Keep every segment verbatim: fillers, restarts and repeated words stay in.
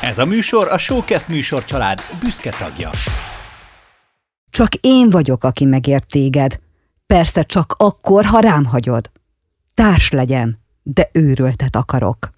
Ez a műsor a Showcast műsorcsalád büszke tagja. Csak én vagyok, aki megért téged. Persze csak akkor, ha rám hagyod. Társ legyen, de őrültet akarok.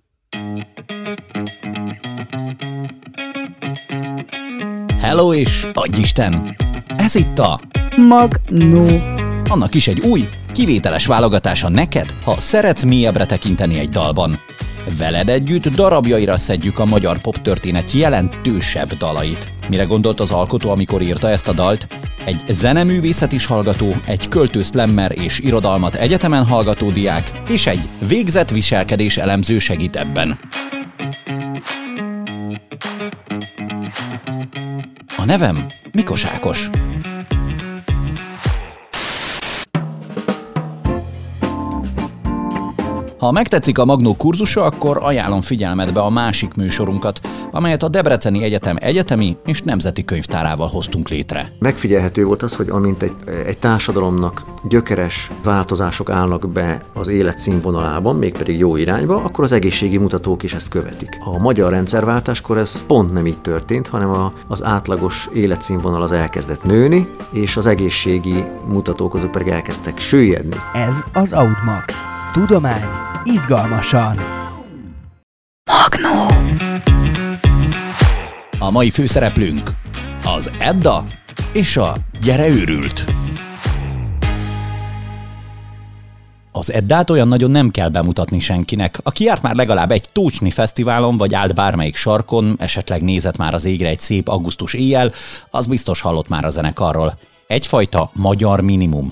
Hello és adjisten! Ez itt a Magnó. Annak is egy új, kivételes válogatása neked, ha szeretsz mélyebbre tekinteni egy dalban. Veled együtt darabjaira szedjük a magyar poptörténet jelentősebb dalait. Mire gondolt az alkotó, amikor írta ezt a dalt? Egy zeneművészet is hallgató, egy költőszlemmer és irodalmat egyetemen hallgató diák, és egy végzett viselkedés elemző segít ebben. A nevem Mikos Ákos. Ha megtetszik a Magnó kurzusa, akkor ajánlom figyelmetbe a másik műsorunkat, amelyet a Debreceni Egyetem egyetemi és nemzeti könyvtárával hoztunk létre. Megfigyelhető volt az, hogy amint egy, egy társadalomnak gyökeres változások állnak be az élet színvonalában, mégpedig jó irányba, akkor az egészségi mutatók is ezt követik. A magyar rendszerváltáskor ez pont nem így történt, hanem a, az átlagos életszínvonal az elkezdett nőni, és az egészségi mutatók azok pedig elkezdtek süllyedni. Ez az Audmax. Tudomány izgalmasan. Magnó. A mai főszereplőnk az Edda és a Gyere őrült. Az Eddát olyan nagyon nem kell bemutatni senkinek. Aki járt már legalább egy tócsni fesztiválon, vagy állt bármelyik sarkon, esetleg nézett már az égre egy szép augusztus éjjel, az biztos hallott már a zenekarról. Egyfajta magyar minimum.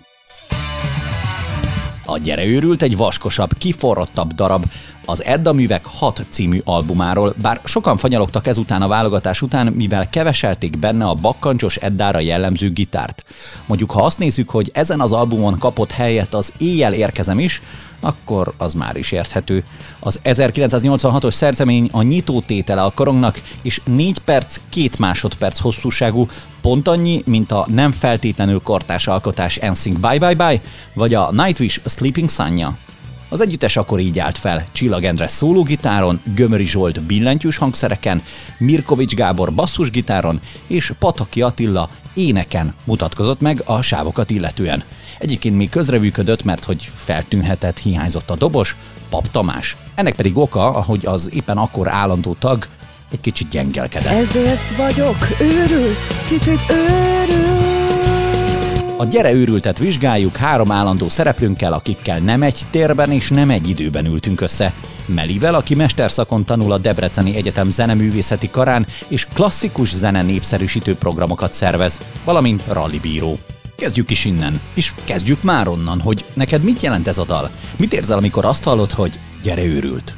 A Gyere őrült egy vaskosabb, kiforrottabb darab, az Edda művek hat című albumáról, bár sokan fanyalogtak ezután a válogatás után, mivel keveselték benne a bakkancsos Eddára jellemző gitárt. Mondjuk, ha azt nézzük, hogy ezen az albumon kapott helyet az Éjjel érkezem is, akkor az már is érthető. Az ezerkilencszáznyolcvanhatos szerzemény a nyitótétele a korongnak, és négy perc, két másodperc hosszúságú, pont annyi, mint a nem feltétlenül kortárs alkotás en sync Bye Bye Bye, vagy a Nightwish Sleeping Sunja. Az együttes akkor így állt fel: Csillag Endre szólógitáron, Gömöri Zsolt billentyűs hangszereken, Mirkovics Gábor basszusgitáron és Pataki Attila éneken mutatkozott meg a sávokat illetően. Egyébként még közreműködött, mert hogy feltűnhetett, hiányzott a dobos, Pap Tamás. Ennek pedig oka, ahogy az éppen akkor állandó tag egy kicsit gyengelkedett. Ezért vagyok őrült, kicsit őrült. A Gyere őrültet vizsgáljuk három állandó szereplőnkkel, akikkel nem egy térben és nem egy időben ültünk össze. Melivel, aki mesterszakon tanul a Debreceni Egyetem zeneművészeti karán, és klasszikus zene népszerűsítő programokat szervez, valamint rallibíró. Kezdjük is innen, és kezdjük már onnan, hogy neked mit jelent ez a dal? Mit érzel, amikor azt hallod, hogy Gyere őrült?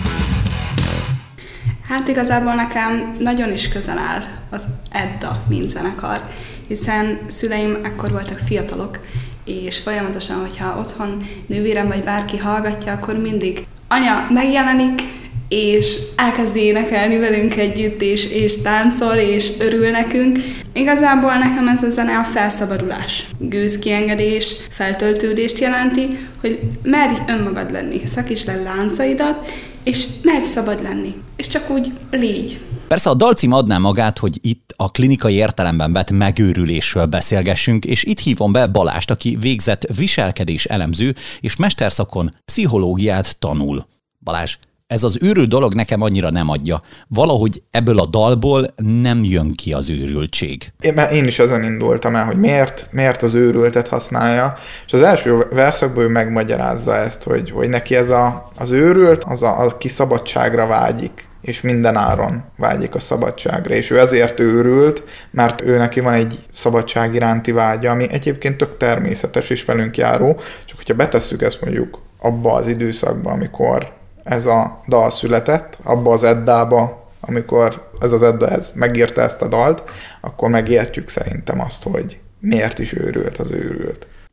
Hát igazából nekem nagyon is közel áll az Edda, mint zenekar, hiszen szüleim ekkor voltak fiatalok, és folyamatosan, hogyha otthon nővérem vagy bárki hallgatja, akkor mindig anya megjelenik, és elkezdi énekelni velünk együtt, és, és táncol, és örül nekünk. Igazából nekem ez a zene a felszabadulás, gőzkiengedés, feltöltődést jelenti, hogy merj önmagad lenni, szakítsd le láncaidat, és merj szabad lenni, és csak úgy légy. Persze a dalcím adná magát, hogy itt a klinikai értelemben vett megőrülésről beszélgessünk, és itt hívom be Balást, aki végzett viselkedés elemző, és mesterszakon pszichológiát tanul. Balázs, ez az őrült dolog nekem annyira nem adja. Valahogy ebből a dalból nem jön ki az őrültség. Én, én is ezen indultam el, hogy miért, miért az őrültet használja, és az első verszakból ő megmagyarázza ezt, hogy, hogy neki ez a, az őrült, az a, aki szabadságra vágyik, és minden áron vágyik a szabadságra, és ő ezért őrült, mert ő neki van egy szabadság iránti vágya, ami egyébként tök természetes és velünk járó, csak hogyha betesszük ezt mondjuk abba az időszakba, amikor ez a dal született, abba az Eddába, amikor ez az Edda ez megírta ezt a dalt, akkor megértjük szerintem azt, hogy miért is őrült az őrült.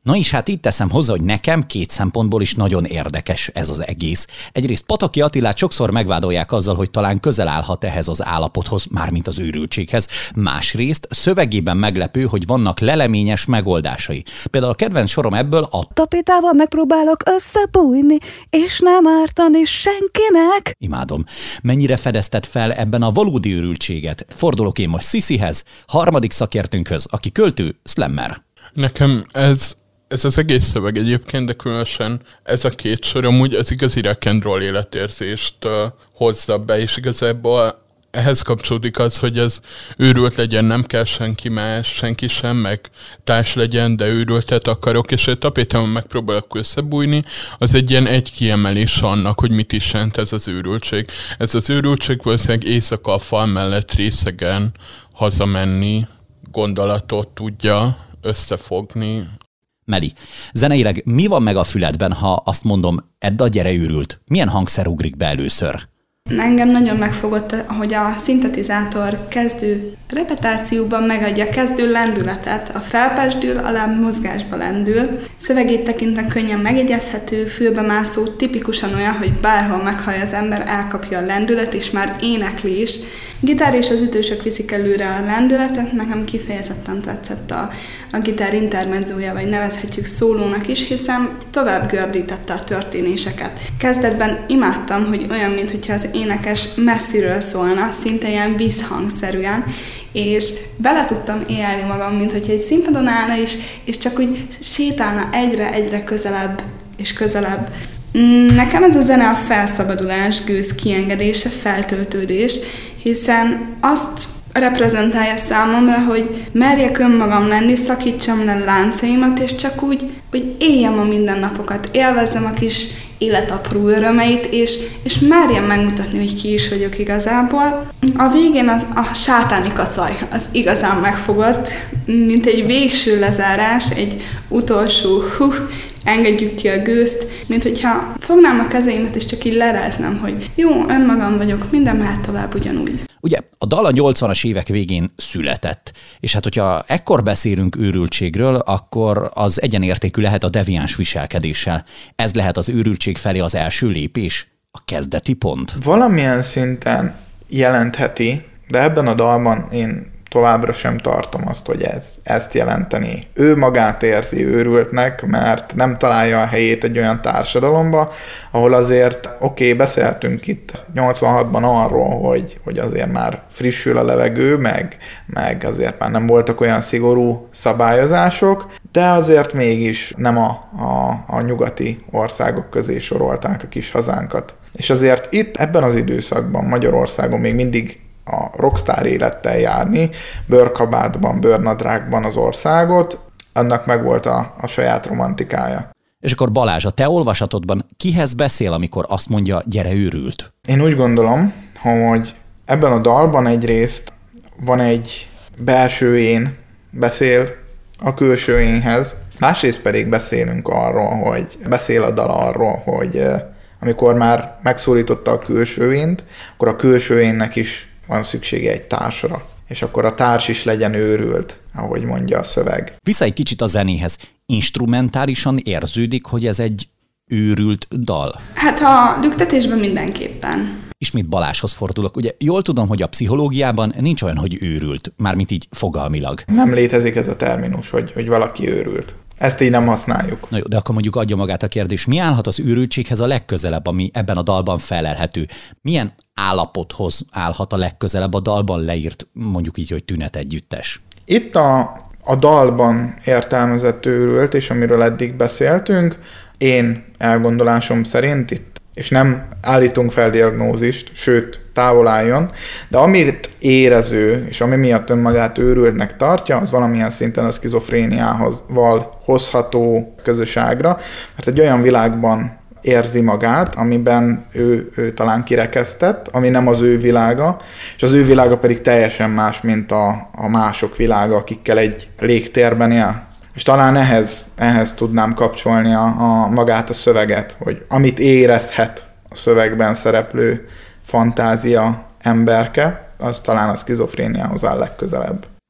Na is hát itt teszem hozzá, hogy nekem két szempontból is nagyon érdekes ez az egész. Egyrészt Pataki Attilát sokszor megvádolják azzal, hogy talán közel állhat ehhez az állapothoz, mármint az őrültséghez. Másrészt szövegében meglepő, hogy vannak leleményes megoldásai. Például a kedvenc sorom ebből a tapétával megpróbálok összebújni, és nem ártani senkinek. Imádom. Mennyire fedezted fel ebben a valódi őrültséget? Fordulok én most Sziszihez, harmadik szakértőnkhöz, aki költő, slammer. Nekem ez... Ez az egész szöveg egyébként, de különösen ez a két sor amúgy az igazi rock and roll életérzést uh, hozza be, és igazából ehhez kapcsolódik az, hogy ez őrült legyen, nem kell senki más, senki sem, meg társ legyen, de őrültet akarok, és a tapétában megpróbálok összebújni, az egy ilyen egy kiemelés annak, hogy mit is jelent ez az őrültség. Ez az őrültség valószínűleg éjszaka a fal mellett részegen hazamenni gondolatot tudja összefogni. Meli, zeneileg mi van meg a füledben, ha azt mondom, Edda, gyere őrült? Milyen hangszer ugrik be először? Engem nagyon megfogott, hogy a szintetizátor kezdő repetációban megadja kezdő lendületet, a felpesdül, alá mozgásba lendül. Szövegét tekintve könnyen megjegyezhető, fülbe mászó, tipikusan olyan, hogy bárhol meghallja az ember, elkapja a lendület, és már énekli is. Gitár és az ütősök viszik előre a lendületet, nekem kifejezetten tetszett a, a gitár intermedzója, vagy nevezhetjük szólónak is, hiszen tovább gördítette a történéseket. Kezdetben imádtam, hogy olyan, mintha az énekes messziről szólna, szinte ilyen vízhangszerűen, és bele tudtam élni magam, mint hogyha egy színpadon állna is, és csak úgy sétálna egyre-egyre közelebb és közelebb. Nekem ez a zene a felszabadulás, gőz kiengedése, feltöltődés, hiszen azt reprezentálja számomra, hogy merjek önmagam lenni, szakítsam le láncaimat, és csak úgy, hogy éljem a mindennapokat, élvezzem a kis élet apró örömeit, és, és merjem megmutatni, hogy ki is vagyok igazából. A végén az, a sátáni kacaj az igazán megfogott, mint egy végső lezárás, egy utolsó hú, engedjük ki a gőzt, mint hogyha fognám a kezeimet, és csak így leráznám, hogy jó, önmagam vagyok, minden mehet tovább ugyanúgy. Ugye a dal a nyolcvanas évek végén született, és hát hogyha ekkor beszélünk őrültségről, akkor az egyenértékű lehet a deviáns viselkedéssel. Ez lehet az őrültség felé az első lépés, a kezdeti pont. Valamilyen szinten jelentheti, de ebben a dalban én továbbra sem tartom azt, hogy ez, ezt jelenteni. Ő magát érzi őrültnek, mert nem találja a helyét egy olyan társadalomba, ahol azért, oké, okay, beszéltünk itt nyolcvanhatban arról, hogy, hogy azért már frissül a levegő, meg, meg azért már nem voltak olyan szigorú szabályozások, de azért mégis nem a, a, a nyugati országok közé sorolták a kis hazánkat. És azért itt, ebben az időszakban Magyarországon még mindig a rockstar élettel járni, bőrkabátban, bőrnadrágban az országot, annak megvolt a, a saját romantikája. És akkor Balázs, a te olvasatodban kihez beszél, amikor azt mondja, gyere őrült? Én úgy gondolom, hogy ebben a dalban egyrészt van egy belső én beszél a külső énhez, másrészt pedig beszélünk arról, hogy beszél a dal arról, hogy amikor már megszólította a külső ént, akkor a külső énnek is van szüksége egy társra, és akkor a társ is legyen őrült, ahogy mondja a szöveg. Vissza egy kicsit a zenéhez. Instrumentálisan érződik, hogy ez egy őrült dal? Hát a lüktetésben mindenképpen. Ismét Balázshoz fordulok. Ugye jól tudom, hogy a pszichológiában nincs olyan, hogy őrült, mármint így fogalmilag. Nem létezik ez a terminus, hogy, hogy valaki őrült. Ezt így nem használjuk. Na jó, de akkor mondjuk adja magát a kérdés, mi állhat az őrültséghez a legközelebb, ami ebben a dalban felelhető? Milyen állapothoz állhat a legközelebb a dalban leírt, mondjuk így, hogy tünet együttes? Itt a, a dalban értelmezett őrült, és amiről eddig beszéltünk, én elgondolásom szerint itt, és nem állítunk fel diagnózist, sőt, távol álljon, de amit érező, és ami miatt önmagát őrültnek tartja, az valamilyen szinten a szkizofréniához val hozható közöságra, mert egy olyan világban érzi magát, amiben ő, ő talán kirekesztett, ami nem az ő világa, és az ő világa pedig teljesen más, mint a, a mások világa, akikkel egy légtérben él. És talán ehhez, ehhez tudnám kapcsolni a, a magát a szöveget, hogy amit érezhet a szövegben szereplő fantázia emberke, az talán a szkizofréniához áll legközelebb.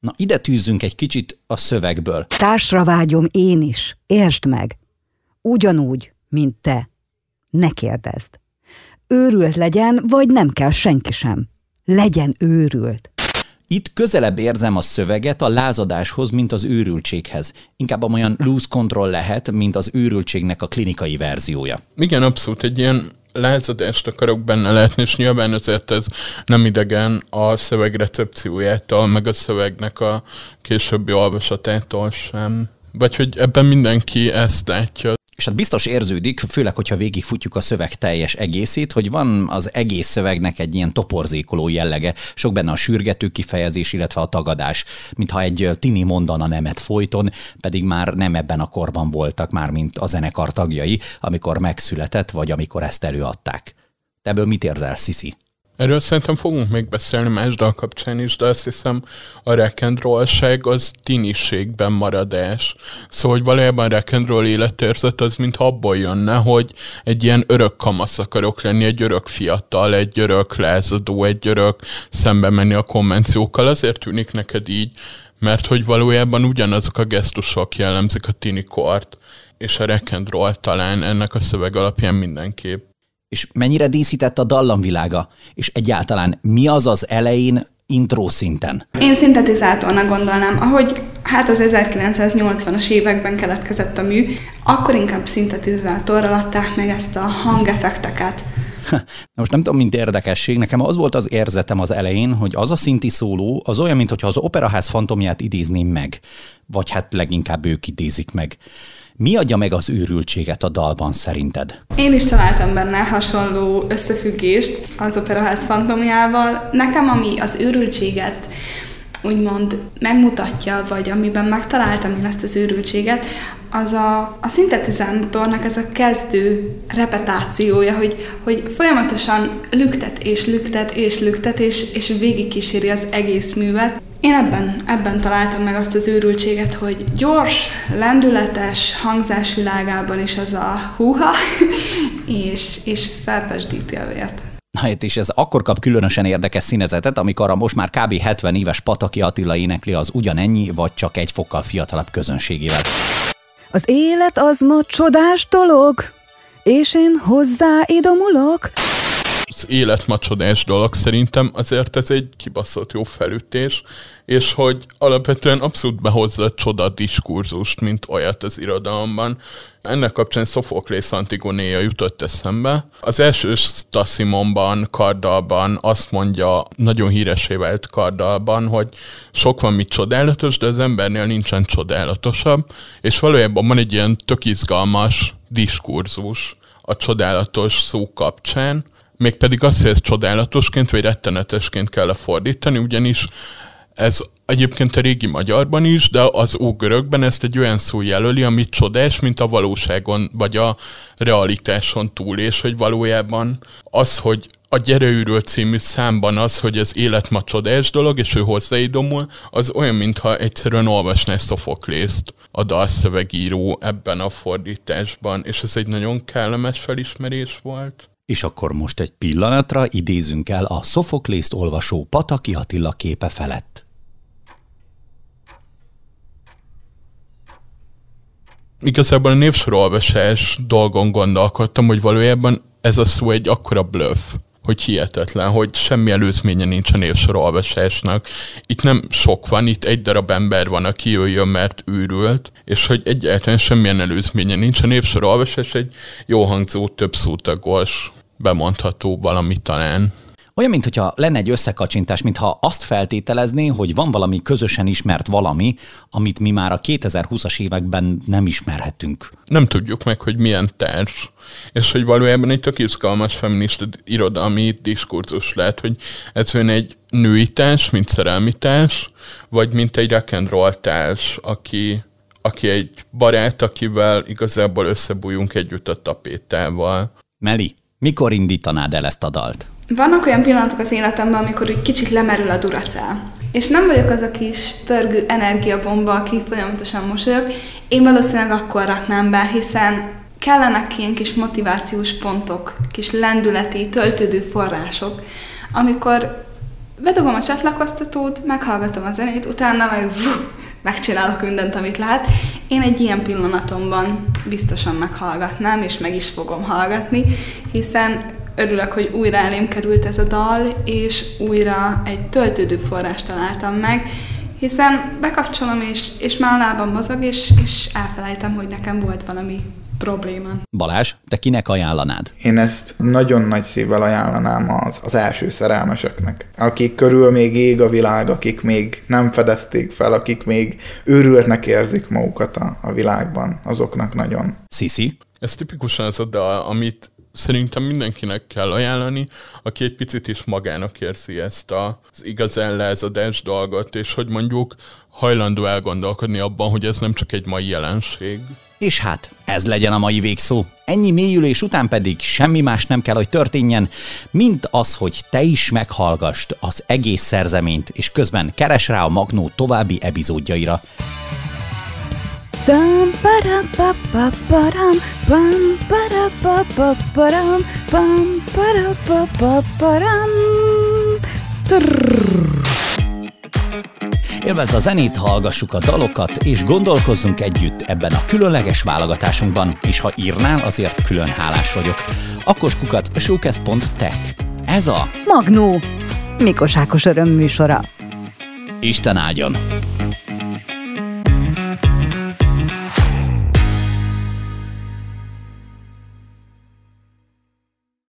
Na, ide tűzzünk egy kicsit a szövegből. Társra vágyom én is, értsd meg. Ugyanúgy, mint te. Ne kérdezd. Őrült legyen, vagy nem kell senki sem. Legyen őrült. Itt közelebb érzem a szöveget a lázadáshoz, mint az őrültséghez. Inkább olyan loose control lehet, mint az őrültségnek a klinikai verziója. Igen, abszolút egy ilyen lázadást akarok benne látni, és nyilván azért ez nem idegen a szöveg recepciójától, meg a szövegnek a későbbi olvasatától sem. Vagy hogy ebben mindenki ezt látja. És hát biztos érződik, főleg, hogyha végigfutjuk a szöveg teljes egészét, hogy van az egész szövegnek egy ilyen toporzékoló jellege, sok benne a sürgető kifejezés, illetve a tagadás, mintha egy tini mondana nemet folyton, pedig már nem ebben a korban voltak már, mint a zenekar tagjai, amikor megszületett, vagy amikor ezt előadták. Te ebből mit érzel, Sziszi? Erről szerintem fogunk még beszélni más dal kapcsán is, de azt hiszem a rock and roll-ság az tiniségben maradás. Szóval, hogy valójában rock and roll életérzet az mintha abból jönne, hogy egy ilyen örök kamasz akarok lenni, egy örök fiatal, egy örök lázadó, egy örök szembe menni a konvenciókkal. Azért tűnik neked így, mert hogy valójában ugyanazok a gesztusok jellemzik a tinikort, és a rock and roll talán ennek a szöveg alapján mindenképp. És mennyire díszített a dallamvilága? És egyáltalán mi az az elején intro szinten? Én szintetizátornak gondolnám, ahogy hát az ezerkilencszáznyolcvanas években keletkezett a mű, akkor inkább szintetizátorral adták meg ezt a hangeffekteket. Na most nem tudom, mint érdekesség, nekem az volt az érzetem az elején, hogy az a szinti szóló az olyan, mintha az Operaház fantomját idézném meg, vagy hát leginkább ők idézik meg. Mi adja meg az őrültséget a dalban szerinted? Én is találtam benne hasonló összefüggést az Operaház fantomjával. Nekem, ami az őrültséget úgymond megmutatja, vagy amiben megtaláltam én ezt az őrültséget, az a, a szintetizátornak ez a kezdő repetációja, hogy, hogy folyamatosan lüktet és lüktet és lüktet, és, és végigkíséri az egész művet. Én ebben, ebben találtam meg azt az őrültséget, hogy gyors, lendületes hangzásvilágában is az a húha, és, és felpesdíti a vért. Na, és ez akkor kap különösen érdekes színezetet, amikor a most már kb. hetven éves Pataki Attila énekli az ugyanennyi, vagy csak egy fokkal fiatalabb közönségével. Az élet az ma csodás dolog, és én hozzá idomulok. Az élet ma csodás dolog, szerintem azért ez egy kibaszott jó felütés, és hogy alapvetően abszolút behozza a csoda diskurzust, mint olyat az irodalomban. Ennek kapcsán Sophoklész Antigonéja jutott eszembe. Az első Stassimonban, Kardalban azt mondja, nagyon híressé vált Kardalban, hogy sok van mit csodálatos, de az embernél nincsen csodálatosabb, és valójában van egy ilyen tök izgalmas diskurzus a csodálatos szó kapcsán, mégpedig azt, hogy ez csodálatosként vagy rettenetesként kell lefordítani, ugyanis ez egyébként a régi magyarban is, de az ógörökben ezt egy olyan szó jelöli, amit csodás, mint a valóságon vagy a realitáson túl, és hogy valójában az, hogy a Gyere őrült című számban az, hogy az élet ma csodás dolog, és ő hozzáidomul, az olyan, mintha egyszerűen olvasná Szofoklészt a dalszövegíró ebben a fordításban, és ez egy nagyon kellemes felismerés volt. És akkor most egy pillanatra idézünk el a Szofoklészt olvasó Pataki Attila képe felett. Igazából a névsorolvasás dolgon gondolkodtam, hogy valójában ez a szó egy akkora bluff, hogy hihetetlen, hogy semmi előzménye nincs a névsorolvasásnak. Itt nem sok van, itt egy darab ember van, aki jöjjön, mert őrült, és hogy egyáltalán semmilyen előzménye nincs. A névsorolvasás egy jó hangzó, több szótagos, bemondható valami talán. Olyan, mintha lenne egy összekacsintás, mintha azt feltételezné, hogy van valami közösen ismert valami, amit mi már a kétezer-húszas években nem ismerhetünk. Nem tudjuk meg, hogy milyen társ, és hogy valójában egy tök izgalmas feminista irodalmi diskurzus lehet, hogy ez olyan egy női társ, mint szerelmi társ, vagy mint egy rock and roll társ, aki, aki egy barát, akivel igazából összebújunk együtt a tapétával. Meli, mikor indítanád el ezt a dalt? Vannak olyan pillanatok az életemben, amikor úgy kicsit lemerül a duracell. És nem vagyok az a kis pörgő energiabomba, aki folyamatosan mosolyog. Én valószínűleg akkor raknám be, hiszen kellenek ilyen kis motivációs pontok, kis lendületi, töltődő források, amikor Bedugom a csatlakoztatót, meghallgatom a zenét, utána meg vú, megcsinálok mindent, amit lát. Én egy ilyen pillanatomban biztosan meghallgatnám, és meg is fogom hallgatni, hiszen örülök, hogy újra elém került ez a dal, és újra egy töltődő forrást találtam meg, hiszen bekapcsolom, és, és már a lábam mozog, és, és elfelejtem, hogy nekem volt valami problémám. Balázs, te kinek ajánlanád? Én ezt nagyon nagy szívvel ajánlanám az, az első szerelmeseknek, akik körül még ég a világ, akik még nem fedezték fel, akik még őrültnek érzik magukat a, a világban, azoknak nagyon. Sziszi? Ez tipikusan az a dal, amit szerintem mindenkinek kell ajánlani, aki egy picit is magának érzi ezt az igazán lázadás dolgot, és hogy mondjuk hajlandó elgondolkodni abban, hogy ez nem csak egy mai jelenség. És hát, ez legyen a mai végszó. Ennyi mélyülés után pedig semmi más nem kell, hogy történjen, mint az, hogy te is meghallgasd az egész szerzeményt, és közben keres rá a Magnó további epizódjaira. Dam para pa pa param pam para pa pa param pam para pa pa param. Élvezd a zenét, hallgassuk a dalokat, és gondolkozzunk együtt ebben a különleges válogatásunkban, és ha írnál, azért külön hálás vagyok. Akoskukac showcase pont tech. Ez a Magnó, Mikos Ákos örömműsora. Isten áldjon!